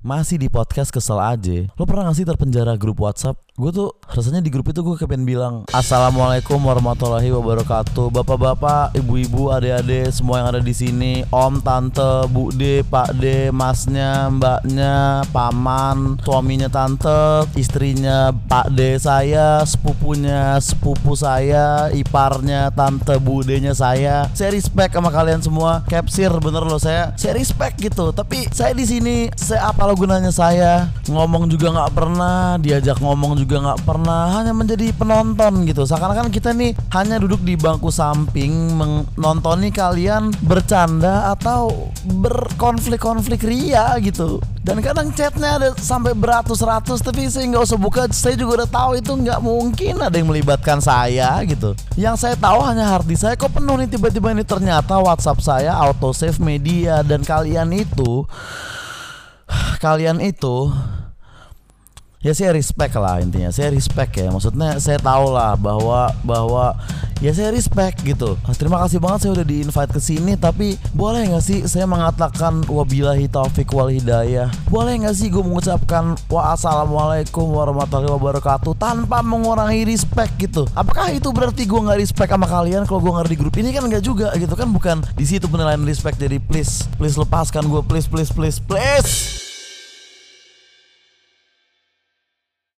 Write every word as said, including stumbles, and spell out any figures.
masih di podcast kesel aja. Lo pernah gak sih terpenjara grup WhatsApp? Gue tuh rasanya di grup itu gue kepengen bilang Assalamualaikum warahmatullahi wabarakatuh. Bapak-bapak, ibu-ibu, adik-adik, semua yang ada di sini, om, tante, bu de, pak de, masnya, mbaknya, paman, suaminya tante, istrinya pak de saya, sepupunya sepupu saya, iparnya tante budenya saya. Saya respect sama kalian semua. Capsir bener loh, saya saya respect gitu. Tapi saya di sini, saya apa lo gunanya saya? Ngomong juga nggak pernah, diajak ngomong juga nggak pernah, hanya menjadi penonton gitu. Seakan-akan kita nih hanya duduk di bangku samping menonton kalian bercanda atau berkonflik-konflik ria gitu. Dan kadang chatnya ada sampai beratus-ratus, tapi saya nggak usah buka. Saya juga udah tahu itu nggak mungkin ada yang melibatkan saya gitu. Yang saya tahu hanya hard disk saya kok penuh nih. Tiba-tiba ini ternyata WhatsApp saya auto save media. Dan kalian itu Kalian itu ya saya respect lah, intinya saya respect ya. Maksudnya saya tahu lah bahwa bahwa ya saya respect gitu. Terima kasih banget saya udah di invite ke sini. Tapi boleh nggak sih saya mengatakan wabillahi taufik wal hidayah? Boleh nggak sih gue mengucapkan wa assalamualaikum warahmatullahi wabarakatuh tanpa mengurangi respect gitu? Apakah itu berarti gue nggak respect sama kalian kalau gue nggak di grup ini? Kan nggak juga gitu kan. Bukan di situ penilaian respect. Jadi please please lepaskan gue, please please please please.